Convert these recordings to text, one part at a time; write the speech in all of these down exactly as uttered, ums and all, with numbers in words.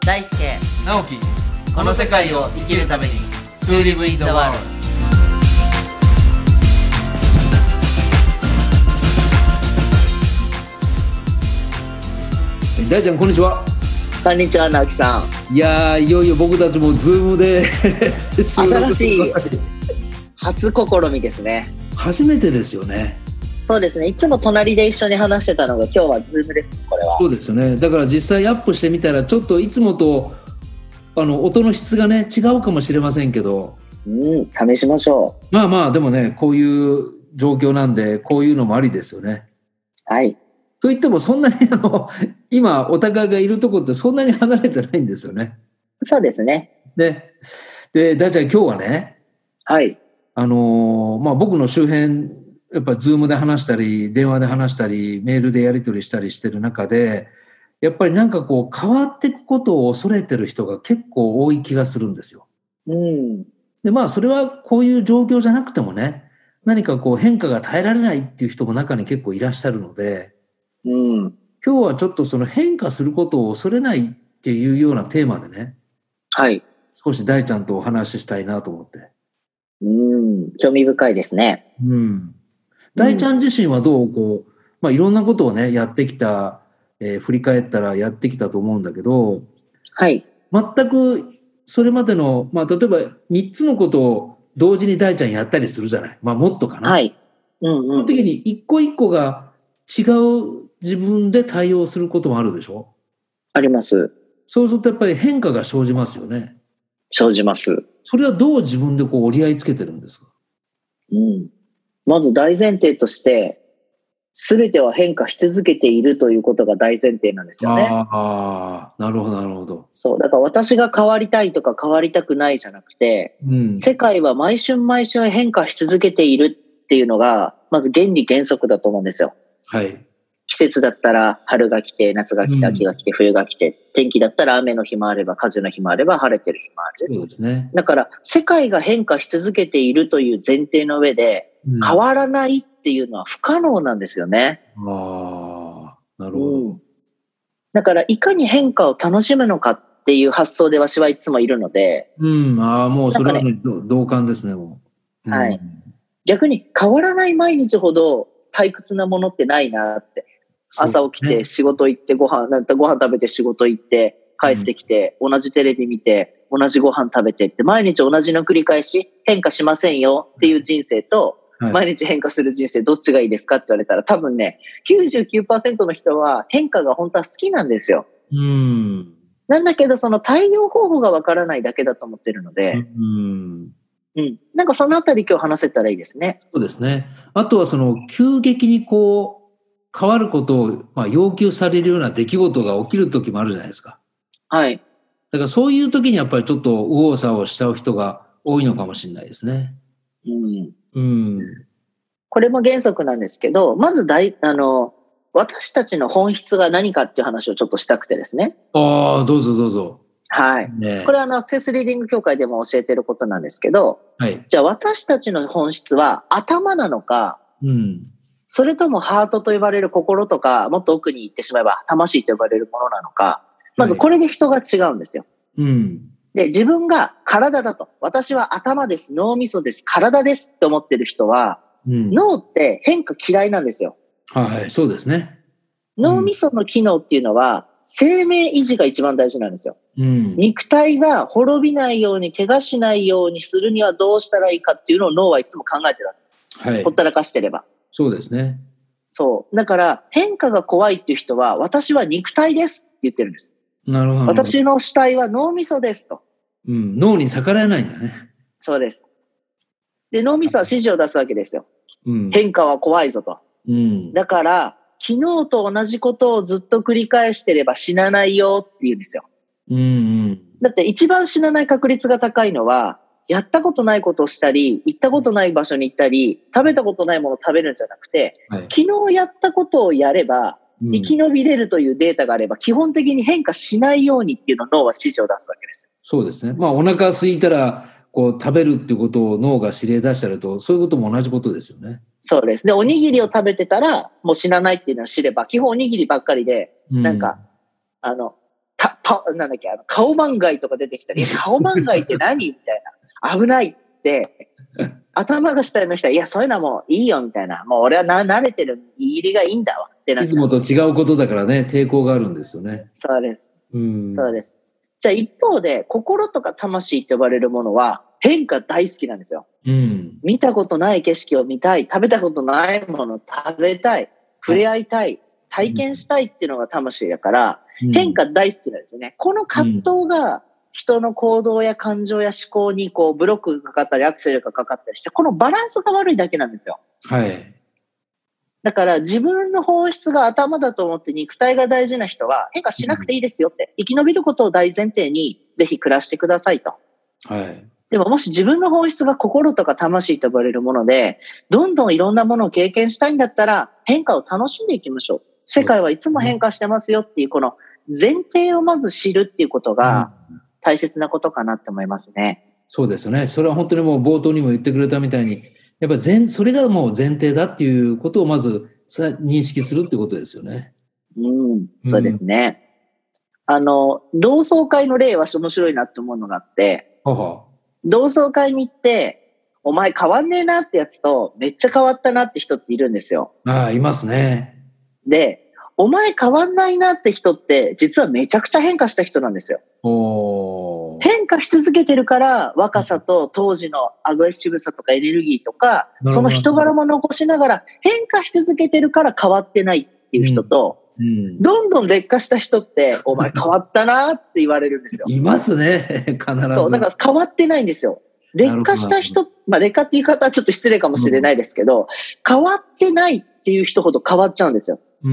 大輔、 直樹、 この世界を生きるために To live in the world。 大ちゃんこんにちは。 こんにちは、直樹さん。 いやーいよいよ僕たちもズームで収録新しい初試みですね。 初めてですよね。 そうですね。いつも隣で一緒に話してたのが今日はズームです。これはそうですよね。だから実際アップしてみたらちょっといつもとあの音の質がね違うかもしれませんけど、 うん試しましょう。まあまあでもねこういう状況なんでこういうのもありですよね。 はい。 といってもそんなにあの今お互いがいるところってそんなに離れてないんですよね。 そうですね。 で、で大ちゃん今日はね、 はいあのーまあ僕の周辺やっぱズームで話したり電話で話したりメールでやり取りしたりしてる中でやっぱりなんかこう変わっていくことを恐れてる人が結構多い気がするんですよ。 うんでまあそれはこういう状況じゃなくてもね何かこう変化が耐えられないっていう人も中に結構いらっしゃるので、 うん、 今日はちょっとその変化することを恐れないっていうようなテーマでね、 はい。 少し大ちゃんとお話ししたいなと思って。 うん興味深いですね。 うん。大ちゃん自身はどうこう、まあ、いろんなことをねやってきた、えー振り返ったらやってきたと思うんだけど、 はい全くそれまでの、まあ、例えばみっつのことを同時に大ちゃんやったりするじゃない。まあもっとかな。 はい。うんうん。 基本的に一個一個が違う自分で対応することもあるでしょ。 あります。 そうするとやっぱり変化が生じますよね。 生じます。 それはどう自分でこう折り合いつけてるんですか。 うんまず大前提として全ては変化し続けているということが大前提なんですよね。 ああ、なるほどなるほど。 そうだから私が変わりたいとか変わりたくないじゃなくて、 うん、 世界は毎春毎春変化し続けているっていうのがまず原理原則だと思うんですよ。 はい。 季節だったら春が来て夏が来て秋が来て冬が来て、うん、天気だったら雨の日もあれば風の日もあれば晴れてる日もある。 そうですね。 だから世界が変化し続けているという前提の上で、うん、変わらないっていうのは不可能なんですよね。 ああ、なるほど、 うん。だからいかに変化を楽しむのかっていう発想でわしはいつもいるので。 うん、ああ、もうそれは、ね、同感ですね。もう、 うん、はい。逆に変わらない毎日ほど退屈なものってないなって。朝起きて仕事行ってご飯、なんかご飯食べて仕事行って帰ってきて、うん、同じテレビ見て同じご飯食べてって毎日同じの繰り返し変化しませんよっていう人生と、はい、毎日変化する人生どっちがいいですかって言われたら多分ね きゅうじゅうきゅうパーセント の人は変化が本当は好きなんですよ。 うんなんだけどその対応方法がわからないだけだと思ってるので、 うんうん、なんかそのあたり今日話せたらいいですね。 そうですね。あとはその急激にこう変わることをまあ要求されるような出来事が起きる時もあるじゃないですか。 はい。 だからそういう時にやっぱりちょっと右往左往しちゃう人が多いのかもしれないですね。 うんうん、 これも原則なんですけど、まず大あの私たちの本質が何かっていう話をちょっとしたくてですね。 ああ、どうぞどうぞ。 はい。ね、これはあのアクセスリーディング協会でも教えてることなんですけど、 はい、 じゃあ私たちの本質は頭なのか、 うん、それともハートと呼ばれる心とか、もっと奥に行ってしまえば魂と呼ばれるものなのか、まずこれで人が違うんですよ。 はい、うん、 で、自分が体だと、私は頭です、脳みそです、体ですって思ってる人は、うん、脳って変化嫌いなんですよ。 はい、そうですね。 脳みその機能っていうのは、生命維持が一番大事なんですよ。 うん、 肉体が滅びないように、怪我しないようにするにはどうしたらいいかっていうのを脳はいつも考えてるわけです。はい、ほったらかしてれば。 そうですね。 そう。だから変化が怖いっていう人は、私は肉体ですって言ってるんです。 なるほど。 私の主体は脳みそですと。 うん、脳に逆らえないんだね。 そうです。で、脳みそは指示を出すわけですよ。 うん、 変化は怖いぞと。 うん、 だから、昨日と同じことをずっと繰り返してれば死なないよって言うんですよ。 うんうん、 だって一番死なない確率が高いのは、やったことないことをしたり、行ったことない場所に行ったり、食べたことないものを食べるんじゃなくて、はい、昨日やったことをやれば、生き延びれるというデータがあれば、基本的に変化しないようにっていうのを脳は指示を出すわけです。 そうですね。まあお腹空いたらこう食べるっていうことを脳が指令出したりと、そういうことも同じことですよね。 そうです。で、おにぎりを食べてたらもう死なないっていうのを知れば、基本おにぎりばっかりで、なんか、うん、あの、 た、た、なんだっけ、あの、顔漫画とか出てきたり、顔漫画って何みたいな。危ないって、頭が下の人は、いや、そういうのはもういいよ、みたいな。もう俺はな慣れてる、入りがいいんだわ。ってなっちゃう。 いつもと違うことだからね、抵抗があるんですよね。 そうです。 うん。 そうです。じゃあ一方で、心とか魂って呼ばれるものは、変化大好きなんですよ。 うん。 見たことない景色を見たい、食べたことないものを食べたい、触れ合いたい、体験したいっていうのが魂だから、 うん、 変化大好きなんですよね。この葛藤が人の行動や感情や思考にこうブロックがかかったりアクセルがかかったりして、このバランスが悪いだけなんですよ。 はい。 だから自分の本質が頭だと思って肉体が大事な人は変化しなくていいですよって、生き延びることを大前提にぜひ暮らしてくださいと。 はい。 でももし自分の本質が心とか魂と呼ばれるもので、どんどんいろんなものを経験したいんだったら変化を楽しんでいきましょう。世界はいつも変化してますよっていうこの前提をまず知るっていうことが大切なことかなって思いますね。 そうですね。それは本当にもう冒頭にも言ってくれたみたいに、やっぱりそれがもう前提だっていうことをまず認識するってことですよね。 うん、そうですね。うん、あの、同窓会の例は面白いなって思うのがあって、 はは同窓会に行って、お前変わんねえなってやつと、めっちゃ変わったなって人っているんですよ。 ああ、いますね。 で、お前変わんないなって人って、実はめちゃくちゃ変化した人なんですよ。 お変化し続けてるから、若さと当時のアグレッシブさとかエネルギーとか、その人柄も残しながら、変化し続けてるから変わってないっていう人と、うんうん、どんどん劣化した人って、お前変わったなって言われるんですよ。 いますね、必ず。 そう、だから変わってないんですよ。劣化した人、まあ劣化って言い方はちょっと失礼かもしれないですけど、うん、変わってないっていう人ほど変わっちゃうんですよ。 うんうん、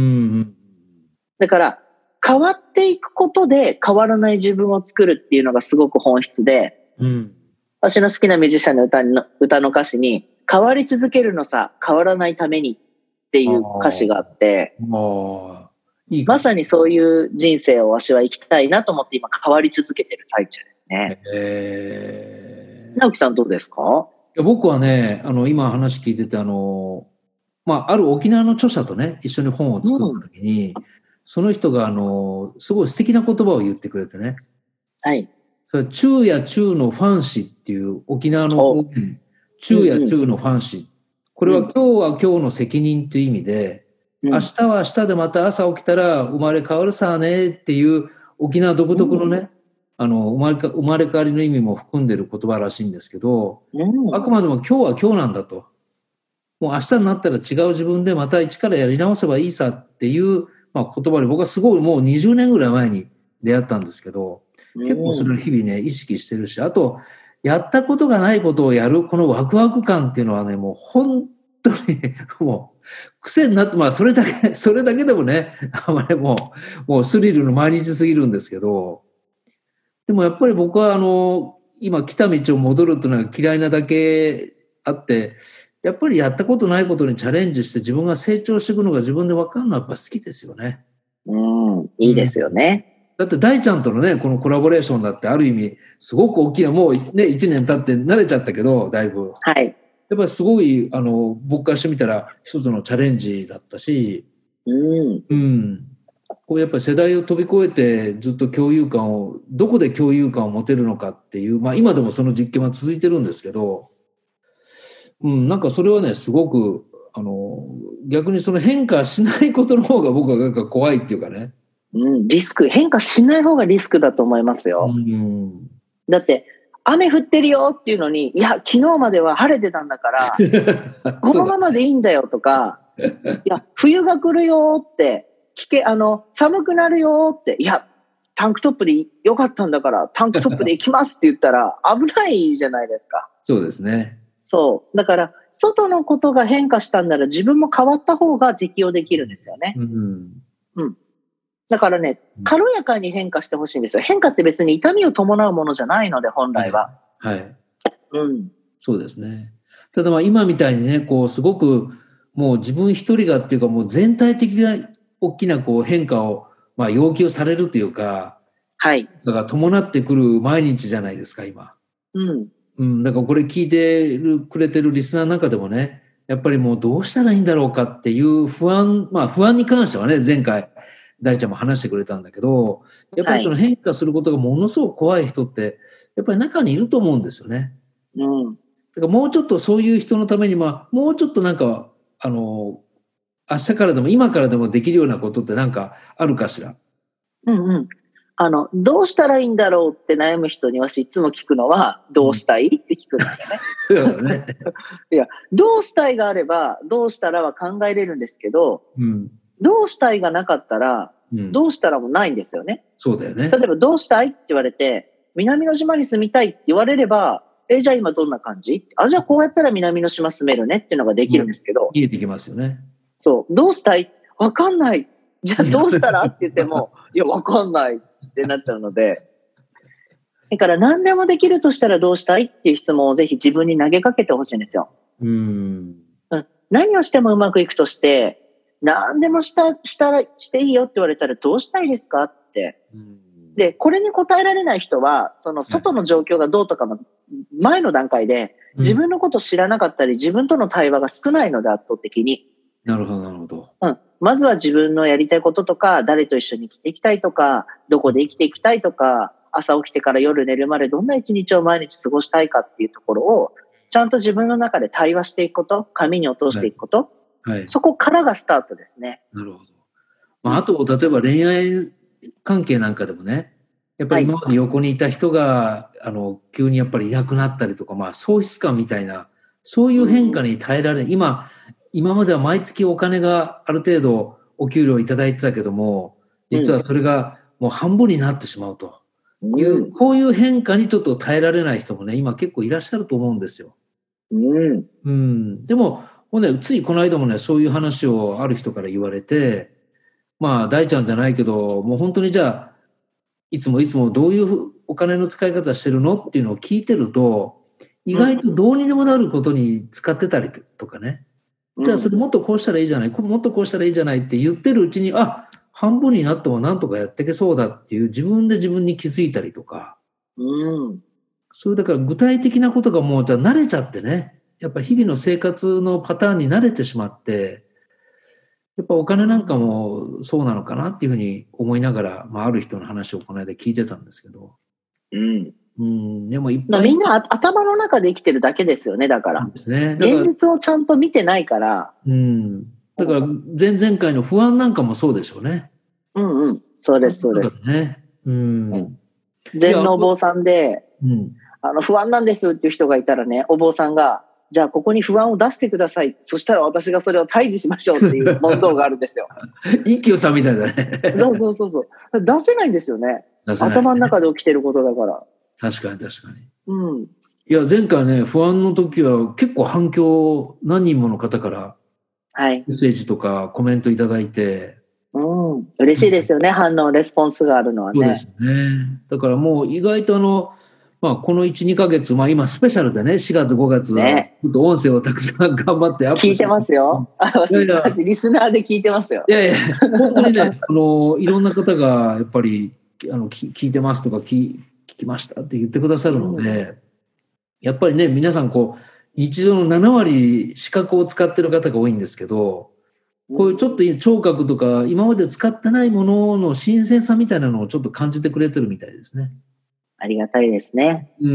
だから、変わっていくことで変わらない自分を作るっていうのがすごく本質で、 うん、 私の好きなミュージシャンの歌の歌の歌詞に、変わり続けるのさ、変わらないためにっていう歌詞があって、 あいいまさにそういう人生を私は生きたいなと思って今変わり続けてる最中ですね。 えー、 直樹さんどうですか？ いや僕はね、あの今話聞いてて、あの、まあ、ある沖縄の著者とね、一緒に本を作った時に、うん、その人があのすごい素敵な言葉を言ってくれてね。 はい。 それは中や中のファンシっていう沖縄の方言、中や中のファンシ。これは今日は今日の責任という意味で、うん、明日は明日でまた朝起きたら生まれ変わるさねっていう沖縄独特のね、うん、あの生まれか生まれ変わりの意味も含んでる言葉らしいんですけど、うん、あくまでも今日は今日なんだと。もう明日になったら違う自分でまた一からやり直せばいいさっていう、まあ、言葉で僕はすごいもうにじゅうねんぐらい前に出会ったんですけど、結構それを日々ね意識してるし、あとやったことがないことをやるこのワクワク感っていうのはね、もう本当にもう癖になって、まあそれだけそれだけでもね、あまりもうもうスリルの毎日すぎるんですけど、でもやっぱり僕はあの今来た道を戻るっていうのが嫌いなだけあって、やっぱりやったことないことにチャレンジして自分が成長していくのが自分で分かるのはやっぱ好きですよね。 うん、いいですよね。 うん、だって大ちゃんとのねこのコラボレーションだってある意味すごく大きな、もうねいちねん経って慣れちゃったけどだいぶ。 はい。 やっぱりすごいあの僕からしてみたら一つのチャレンジだったし、 うんうん、こうやっぱり世代を飛び越えてずっと共有感をどこで共有感を持てるのかっていう、まあ今でもその実験は続いてるんですけど、うん、なんかそれはねすごくあの逆にその変化しないことの方が僕はなんか怖いっていうかね、 うん、リスク、変化しない方がリスクだと思いますよ。うん、だって雨降ってるよっていうのに、いや昨日までは晴れてたんだからこのままでいいんだよとかいや冬が来るよって聞け、あの寒くなるよって、いやタンクトップでよかったんだからタンクトップで行きますって言ったら危ないじゃないですか。 そうですね。 そうだから外のことが変化したんなら自分も変わった方が適応できるんですよね。うんうん、だからね、軽やかに変化してほしいんですよ。変化って別に痛みを伴うものじゃないので、本来は。 はい。はい、 うん。 そうですね。ただまあ今みたいにね、こうすごくもう自分一人がっていうかもう全体的な大きなこう変化をまあ要求されるというか、 はい。 だから伴ってくる毎日じゃないですか、今。 うん。 うん。だからこれ聞いてるくれてるリスナーの中でもね、やっぱりもうどうしたらいいんだろうかっていう不安、まあ不安に関してはね、前回、 大ちゃんも話してくれたんだけど、やっぱりその変化することがものすごく怖い人って、やっぱり中にいると思うんですよね。 うん。 だからもうちょっとそういう人のために、まあ、もうちょっとなんか、あの、明日からでも今からでもできるようなことってなんかあるかしら。 うんうん。あの、どうしたらいいんだろうって悩む人に私いつも聞くのは、どうしたいって聞くんですよね。 そうだね。 いや、どうしたいがあれば、どうしたらは考えれるんですけど、 うん。 どうしたいがなかったら、 うん、 どうしたらもないんですよね。 そうだよね。 例えば、どうしたいって言われて、南の島に住みたいって言われれば、え、じゃあ今どんな感じ？あ、じゃあこうやったら南の島住めるねっていうのができるんですけど。 見えてきますよね。 そう。どうしたい？わかんない。じゃあどうしたらって言っても、いや、わかんないってなっちゃうので。だから何でもできるとしたらどうしたいっていう質問をぜひ自分に投げかけてほしいんですよ。 うん。 うん。何をしてもうまくいくとして、何でもした、したら、していいよって言われたらどうしたいですかって。で、これに答えられない人は、その外の状況がどうとかの前の段階で、自分のことを知らなかったり、自分との対話が少ないので圧倒的に。 なるほど、なるほど。 うん。まずは自分のやりたいこととか、誰と一緒に生きていきたいとか、どこで生きていきたいとか、朝起きてから夜寝るまでどんな一日を毎日過ごしたいかっていうところを、ちゃんと自分の中で対話していくこと、紙に落としていくこと、はいはい、そこからがスタートですね。 なるほど。まあ、あと、例えば恋愛関係なんかでもね、やっぱり今まで横にいた人が、はい、あの、急にやっぱりいなくなったりとか、まあ、喪失感みたいな、そういう変化に耐えられる。うん、今、今までは毎月お金がある程度お給料いただいてたけども、実はそれがもう半分になってしまうという、うん、こういう変化にちょっと耐えられない人もね、今結構いらっしゃると思うんですよ。 うん。 うん。でも、もうね、ついこの間もね、そういう話をある人から言われて、まあ、大ちゃんじゃないけど、もう本当にじゃあ、いつもいつもどういうお金の使い方してるのっていうのを聞いてると、意外とどうにでもなることに使ってたりとかね。うん、じゃあそれもっとこうしたらいいじゃない、もっとこうしたらいいじゃないって言ってるうちに、あ、半分になってもなんとかやっていけそうだっていう自分で自分に気づいたりとか。 うん。 それだから具体的なことがもうじゃあ慣れちゃってね。やっぱ日々の生活のパターンに慣れてしまって、やっぱお金なんかもそうなのかなっていうふうに思いながら、まあ、ある人の話をこの間聞いてたんですけど。 うん。 うん、でもいっぱい。 みんな頭の中で生きてるだけですよね、だから。 ですね。だから現実をちゃんと見てないから。 うん。だから前々回の不安なんかもそうでしょうね。 うんうん。そうです、そうです。 ね。うん。うん、 禅のお坊さんで、 うん、 あの、不安なんですっていう人がいたらね、お坊さんが、じゃあここに不安を出してください。そしたら私がそれを退治しましょうっていう問答があるんですよ。 一休さんみたいだね。 そうそうそうそう。出せないんですよね。 出せないね。 頭の中で起きてることだから。 確かに確かに。 うん。 いや、前回ね、不安の時は結構反響、何人もの方からメッセージとかコメントいただいて。 はい、うん。嬉しいですよね、うん、反応、レスポンスがあるのはね。 そうですね。だからもう意外とあの、まあ、このいち、にかげつ、まあ今スペシャルでね、しがつ、ごがつ、ね、ちょっと音声をたくさん頑張ってアップして。 聞いてますよ。私、リスナーで聞いてますよ。 いやいや、本当にね、あの、いろんな方がやっぱり、あの、聞いてますとか聞、聞きましたって言ってくださるので、うん、やっぱりね、皆さんこう、日常のななわり視覚を使ってる方が多いんですけど、こういうちょっと聴覚とか、今まで使ってないものの新鮮さみたいなのをちょっと感じてくれてるみたいですね。 ありがたいですね。 うん。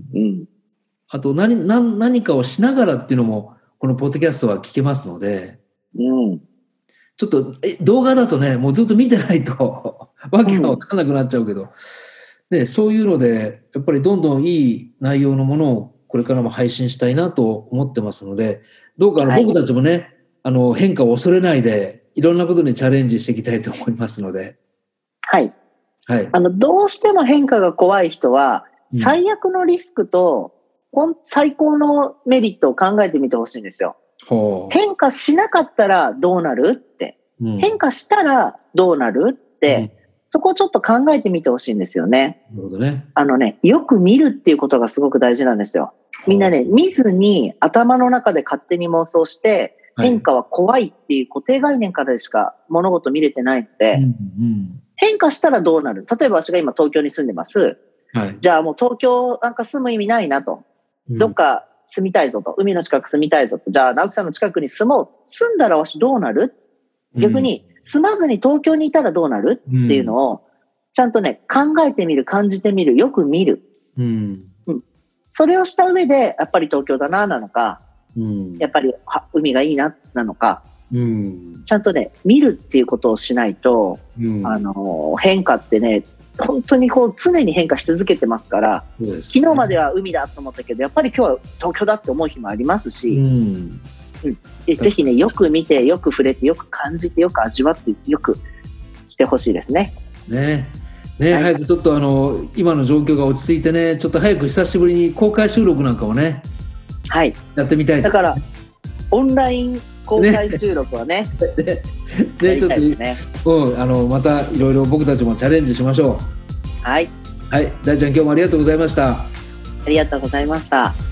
うん。あと何、何、何かをしながらっていうのも、このポッドキャストは聞けますので、 うん。 ちょっと、え、動画だとね、もうずっと見てないと、わけがわかんなくなっちゃうけど、うん、で、そういうので、やっぱりどんどんいい内容のものをこれからも配信したいなと思ってますので、どうかあの、はい、僕たちもね、あの、変化を恐れないで、いろんなことにチャレンジしていきたいと思いますので。 はい。 はい。 あの、どうしても変化が怖い人は、最悪のリスクと、うん、最高のメリットを考えてみてほしいんですよ。 ほう。 変化しなかったらどうなるって、うん。変化したらどうなるって、うん、そこをちょっと考えてみてほしいんですよね。 なるほどね。 あのね、よく見るっていうことがすごく大事なんですよ。みんなね、見ずに頭の中で勝手に妄想して、変化は怖いっていう固定概念からでしか物事見れてないので、うんうん、変化したらどうなる？例えば私が今東京に住んでます。はい、じゃあもう東京なんか住む意味ないなと。うん、どっか住みたいぞと。海の近く住みたいぞと。じゃあ直樹さんの近くに住もう。住んだらわしどうなる？逆に住まずに東京にいたらどうなるっていうのを、ちゃんとね、考えてみる、感じてみる、よく見る。 うん。 うん。それをした上で、やっぱり東京だな、なのか、 うん、やっぱり海がいいな、なのか、 うん、 ちゃんとね、見るっていうことをしないと、 うん、 あの、変化ってね、本当にこう常に変化し続けてますから、そうですね、昨日までは海だと思ったけど、やっぱり今日は東京だって思う日もありますし、うんうん、でぜひね、よく見て、よく触れて、よく感じて、よく味わって、よくしてほしいですね。 ね。ね、はい、早くちょっとあの今の状況が落ち着いてね、ちょっと早く久しぶりに公開収録なんかもね、 はい、 やってみたいです、ね。 だからオンライン公開収録はね、 ねね、ちょっと、ね、うん、あのまたいろいろ僕たちもチャレンジしましょう。 はい、 はい、大ちゃん今日もありがとうございました。 ありがとうございました。